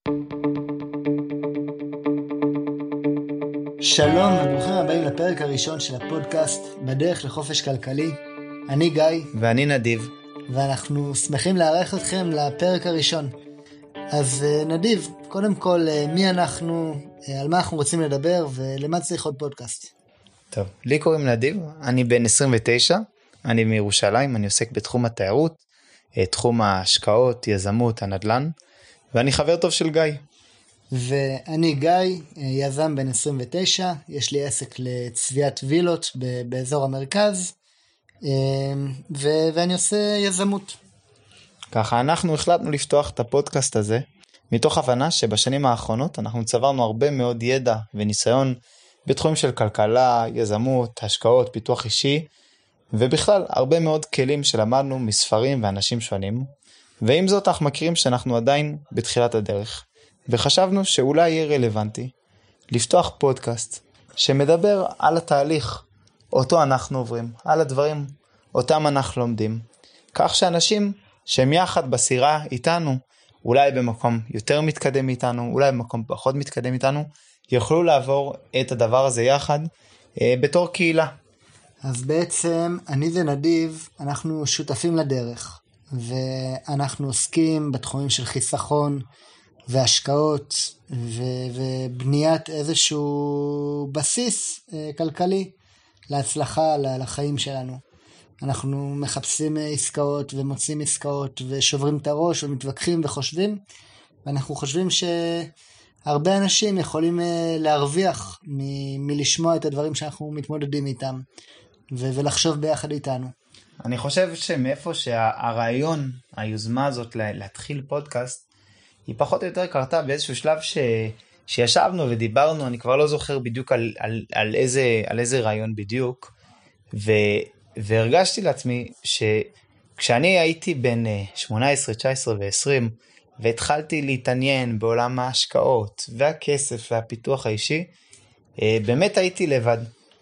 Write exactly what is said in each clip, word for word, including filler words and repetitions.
שלום וברוכים הבאים לפרק הראשון של הפודקאסט בדרך לחופש כלכלי. אני גיא. ואני נדיב. ואנחנו שמחים לארח אתכם לפרק הראשון. אז נדיב, קודם כל מי אנחנו, על מה אנחנו רוצים לדבר ולמה צריך עוד פודקאסט? טוב, לי קוראים נדיב, אני בן עשרים ותשע, אני מירושלים, אני עוסק בתחום התיירות, תחום ההשקעות, יזמות, הנדל"ן, ואני חבר טוב של גיא. ואני גיא, יזם בן עשרים ותשע, יש לי עסק לצביעת וילות באזור המרכז, ו- ואני עושה יזמות. ככה אנחנו החלטנו לפתוח את הפודקאסט הזה, מתוך הבנה שבשנים האחרונות אנחנו צברנו הרבה מאוד ידע וניסיון בתחומים של כלכלה, יזמות, השקעות, פיתוח אישי, ובכלל הרבה מאוד כלים שלמדנו מספרים ואנשים שונים, ועם זאת אנחנו מכירים שאנחנו עדיין בתחילת הדרך. וחשבנו שאולי יהיה רלוונטי לפתוח פודקאסט שמדבר על התהליך אותו אנחנו עוברים, על הדברים אותם אנחנו לומדים, כך שאנשים שהם יחד בסירה איתנו, אולי במקום יותר מתקדם איתנו, אולי במקום פחות מתקדם איתנו, יוכלו לעבור את הדבר הזה יחד אה, בתור קהילה. אז בעצם אני ונדיב, אנחנו שותפים לדרך, ואנחנו עוסקים בתחומים של חיסכון, והשקעות ו- ובניית איזשהו בסיס אה, כלכלי להצלחה לחיים שלנו. אנחנו מחפשים עסקאות ומוצאים עסקאות ושוברים את הראש ומתווכחים וחושבים, ואנחנו חושבים שהרבה אנשים יכולים אה, להרוויח מ- מלשמוע את הדברים שאנחנו מתמודדים איתם ו- ולחשוב ביחד איתנו. אני חושב שמאיפה שהרעיון, היוזמה הזאת להתחיל פודקאסט, היא פחות או יותר קרתה באיזשהו שלב ש... שישבנו ודיברנו, אני כבר לא זוכר בדיוק על, על, על, איזה, על איזה רעיון בדיוק, ו... והרגשתי לעצמי שכשאני הייתי בין שמונה עשרה, תשע עשרה ו-עשרים, והתחלתי להתעניין בעולם ההשקעות והכסף והפיתוח האישי, באמת הייתי לבד.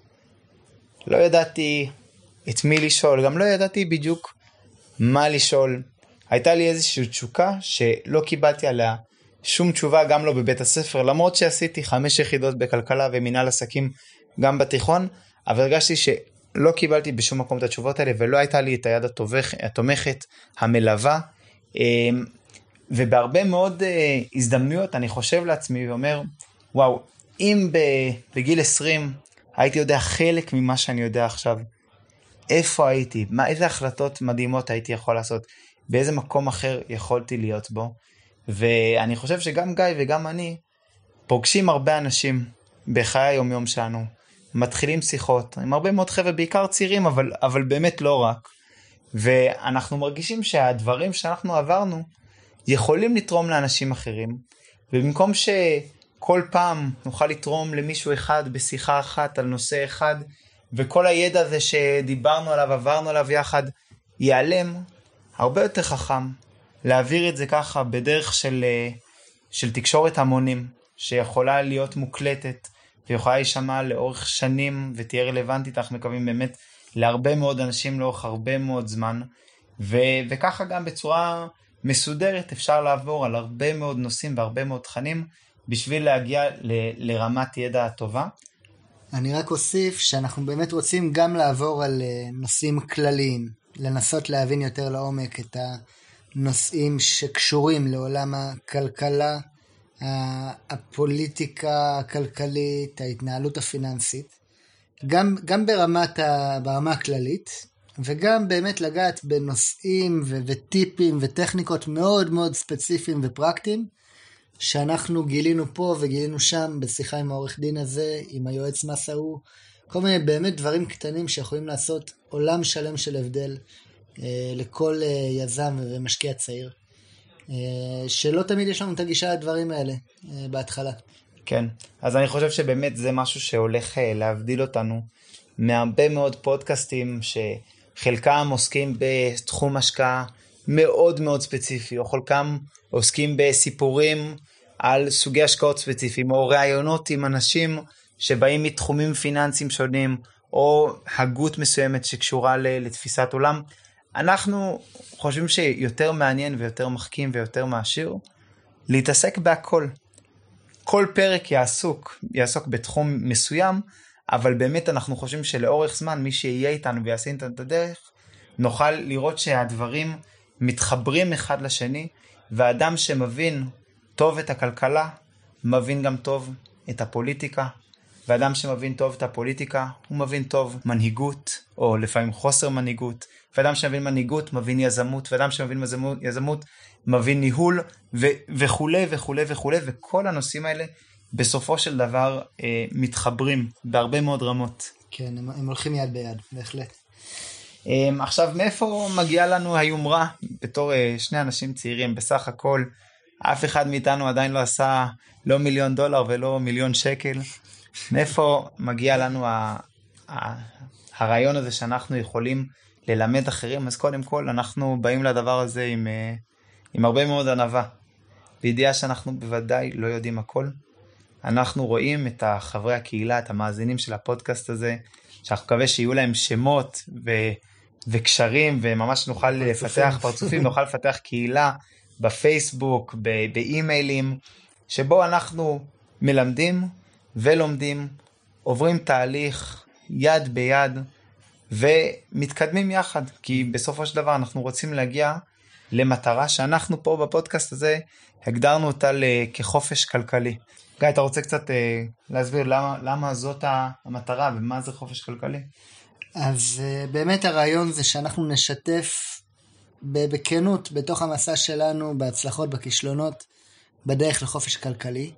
לא ידעתי את מי לשאול, גם לא ידעתי בדיוק מה לשאול. הייתה לי איזושהי תשוקה שלא קיבלתי עליה שום תשובה, גם לא בבית הספר, למרות שעשיתי חמש יחידות בכלכלה ומנהל עסקים גם בתיכון, אבל הרגשתי שלא קיבלתי בשום מקום את התשובות האלה, ולא הייתה לי את היד התומכ, התומכת, המלווה, ובהרבה מאוד הזדמנויות אני חושב לעצמי ואומר, וואו, אם בגיל עשרים הייתי יודע חלק ממה שאני יודע עכשיו, איפה הייתי, מה, איזה החלטות מדהימות הייתי יכול לעשות, באיזה מקום אחר יכולתי להיות בו. ואני חושב שגם גיא וגם אני פוגשים הרבה אנשים בחיי היום יום שלנו, מתחילים שיחות עם הרבה מאוד חבר'ה, בעיקר צעירים, אבל, אבל באמת לא רק, ואנחנו מרגישים שהדברים שאנחנו עברנו יכולים לתרום לאנשים אחרים, ובמקום שכל פעם נוכל לתרום למישהו אחד בשיחה אחת על נושא אחד, וכל הידע הזה שדיברנו עליו, עברנו עליו יחד, ייעלם, הרבה יותר חכם להעביר את זה ככה בדרך של, של תקשורת המונים, שיכולה להיות מוקלטת, ויכולה להישמע לאורך שנים, ותהיה רלוונטית, אנחנו מקווים באמת, להרבה מאוד אנשים לאורך הרבה מאוד זמן, ו, וככה גם בצורה מסודרת אפשר לעבור על הרבה מאוד נושאים והרבה מאוד תכנים, בשביל להגיע ל, לרמת ידע טובה. אני רק אוסיף שאנחנו באמת רוצים גם לעבור על נושאים כלליים, לנסות להבין יותר לעומק את הנושאים שקשורים לעולם הכלכלה, הפוליטיקה הכלכלית, ההתנהלות הפיננסית, גם, גם ברמת ה, ברמה הכללית, וגם באמת לגעת בנושאים ו- וטיפים וטכניקות מאוד מאוד ספציפיים ופרקטיים, שאנחנו גילינו פה וגילינו שם בשיחה עם העורך דין הזה, עם היועץ מס ההוא, כל מיני באמת דברים קטנים שיכולים לעשות עולם שלם של הבדל אה, לכל אה, יזם ומשקיע צעיר, אה, שלא תמיד יש לנו את הגישה לדברים האלה אה, בהתחלה. כן, אז אני חושב שבאמת זה משהו שהולך אה, להבדיל אותנו מהרבה מאוד פודקאסטים שחלקם עוסקים בתחום השקעה מאוד מאוד ספציפי, או חלקם עוסקים בסיפורים על סוגי השקעות ספציפיים, או רעיונות עם אנשים שבאים מתחומים פיננסיים שונים, או הגות מסוימת שקשורה לתפיסת עולם. אנחנו חושבים שיותר מעניין ויותר מחכים ויותר מעשיר, להתעסק בהכל. כל פרק יעסוק, יעסוק בתחום מסוים, אבל באמת אנחנו חושבים שלאורך זמן, מי שיהיה איתנו ויעשה איתנו את הדרך, נוכל לראות שהדברים מתחברים אחד לשני, והאדם שמבין טוב את הכלכלה, מבין גם טוב את הפוליטיקה, ואדם שמבין טוב את הפוליטיקה, הוא מבין טוב מנהיגות, או לפעמים חוסר מנהיגות, ואדם שמבין מנהיגות, מבין יזמות, ואדם שמבין יזמות, יזמות מבין ניהול, ו- וכו' וכו' וכו', וכל הנושאים האלה, בסופו של דבר, אה, מתחברים בהרבה מאוד רמות. כן, הם, הם הולכים יד ביד, בהחלט. אה, עכשיו, מאיפה מגיעה לנו היומרה, בתור אה, שני אנשים צעירים, בסך הכל, אף אחד מאיתנו עדיין לא עשה לא מיליון דולר ולא מיליון שקל. מאיפה מגיע לנו ה- ה- הרעיון הזה שאנחנו יכולים ללמד אחרים? אז קודם כל אנחנו באים לדבר הזה עם, עם הרבה מאוד ענווה. בידיעה שאנחנו בוודאי לא יודעים הכל. אנחנו רואים את חברי הקהילה, את המאזינים של הפודקאסט הזה, שאנחנו מקווה שיהיו להם שמות ו- וקשרים, וממש נוכל לפתח פרצופים, נוכל לפתח קהילה בפייסבוק, ב- באימיילים, שבו אנחנו מלמדים ולומדים, עוברים תהליך יד ביד, ומתקדמים יחד, כי בסופו של דבר אנחנו רוצים להגיע למטרה שאנחנו פה בפודקאסט הזה, הגדרנו אותה כחופש כלכלי. גיא, אתה רוצה קצת אה, להסביר למה, למה זאת המטרה, ומה זה חופש כלכלי? אז uh, באמת הרעיון זה שאנחנו נשתף בכנות בתוך המסע שלנו, בהצלחות, בכישלונות, בדרך לחופש כלכלי,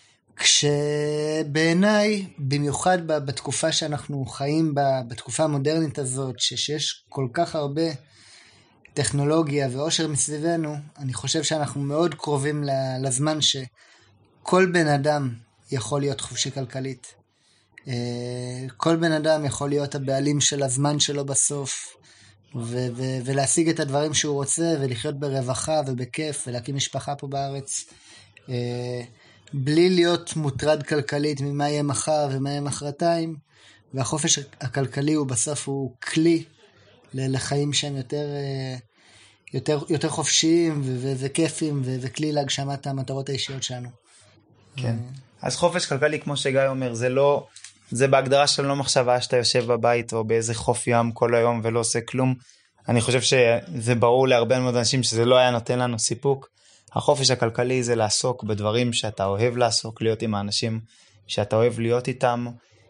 כשבעיניי, במיוחד בתקופה שאנחנו חיים בה, בתקופה המודרנית הזאת, שיש כל כך הרבה טכנולוגיה ואושר מסביבנו, אני חושב שאנחנו מאוד קרובים לזמן שכל בן אדם יכול להיות חופשי כלכלית. כל בן אדם יכול להיות הבעלים של הזמן שלו בסוף, ו- ו- ולהשיג את הדברים שהוא רוצה, ולחיות ברווחה ובכיף, ולהקים משפחה פה בארץ, בלי להיות מוטרד כלכלית ממה יהיה מחר ומה יהיה מחרתיים. והחופש הכלכלי הוא בסוף הוא כלי לחיים שהם יותר, יותר, יותר חופשיים ו- ו- וכיפים, ו- וכלי להגשמת המטרות האישיות שלנו. כן. אז חופש כלכלי, כמו שגיא אומר, זה לא, זה בהגדרה של לא מחשבה שאתה יושב בבית או באיזה חוף ים כל היום ולא עושה כלום. אני חושב שזה ברור להרבה מאוד אנשים שזה לא היה נותן לנו סיפוק. החופש הכלכלי זה לעסוק בדברים שאתה אוהב לעסוק, להיות עם האנשים שאתה אוהב להיות איתם,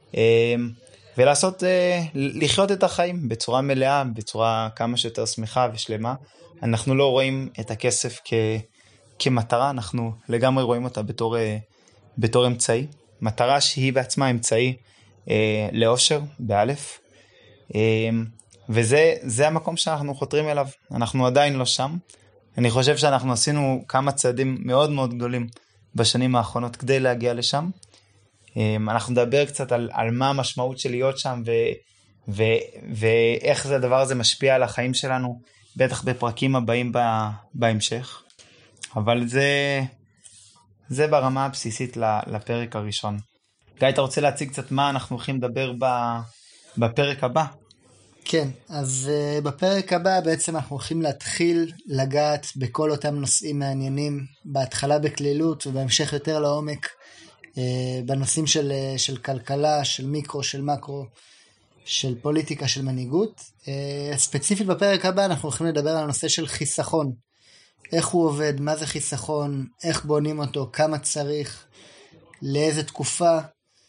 ולעשות, לחיות את החיים בצורה מלאה, בצורה כמה שיותר שמחה ושלמה. אנחנו לא רואים את הכסף כ, כמטרה, אנחנו לגמרי רואים אותה בתור, בתור אמצעי, מטרה שהיא בעצמה אמצעי אה, לאושר, באלף, אה, וזה זה המקום שאנחנו חותרים אליו. אנחנו עדיין לא שם. אני חושב שאנחנו עשינו כמה צעדים מאוד מאוד גדולים בשנים האחרונות כדי להגיע לשם. אה, אנחנו נדבר קצת על, על מה המשמעות של להיות שם, ו, ו, ואיך זה הדבר הזה משפיע על החיים שלנו, בטח בפרקים הבאים בהמשך. אבל זה... זה ברמה הבסיסית לפרק הראשון. גיא, אתה רוצה להציג קצת מה אנחנו הולכים לדבר בפרק הבא? כן, אז uh, בפרק הבא בעצם אנחנו הולכים להתחיל לגעת בכל אותם נושאים מעניינים, בהתחלה בכלילות ובהמשך יותר לעומק, uh, בנושאים של, uh, של כלכלה, של מיקרו, של מקרו, של פוליטיקה, של מנהיגות. Uh, ספציפית בפרק הבא אנחנו הולכים לדבר על הנושא של חיסכון. איך הוא עובד, מה זה חיסכון, איך בונים אותו, כמה צריך, לאיזה תקופה,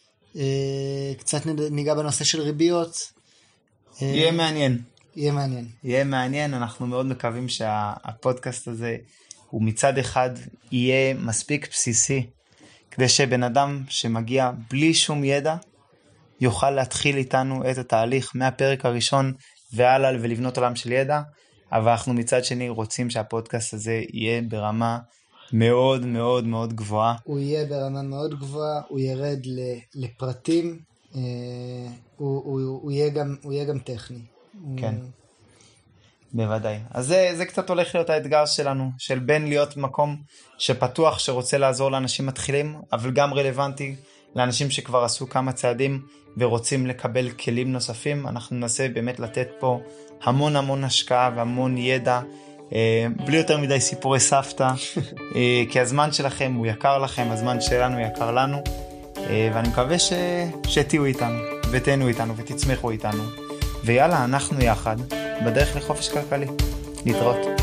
קצת ניגע בנושא של ריביות. יהיה מעניין. יהיה מעניין. יהיה מעניין, אנחנו מאוד מקווים שהפודקאסט הזה הוא מצד אחד יהיה מספיק בסיסי, כדי שבן אדם שמגיע בלי שום ידע, יוכל להתחיל איתנו את התהליך מהפרק הראשון והלאה ולבנות עולם של ידע, אבל אנחנו מצד שני רוצים שהפודקאסט הזה יהיה ברמה מאוד מאוד מאוד גבוהה. הוא יהיה ברמה מאוד גבוהה, הוא ירד לפרטים, הוא, הוא, הוא, יהיה גם, הוא יהיה גם טכני. כן, בוודאי. אז זה, זה קצת הולך להיות האתגר שלנו, של בין להיות מקום שפתוח, שרוצה לעזור לאנשים מתחילים, אבל גם רלוונטי לאנשים שכבר עשו כמה צעדים ורוצים לקבל כלים נוספים. אנחנו ננסה באמת לתת פה המון המון השקעה והמון ידע בלי יותר מדי סיפורי סבתא, כי הזמן שלכם הוא יקר לכם, הזמן שלנו יקר לנו, ואני מקווה ש... שתהיו איתנו, ותהנו איתנו, ותצמחו איתנו, ויאללה, אנחנו יחד, בדרך לחופש כלכלי. להתראות.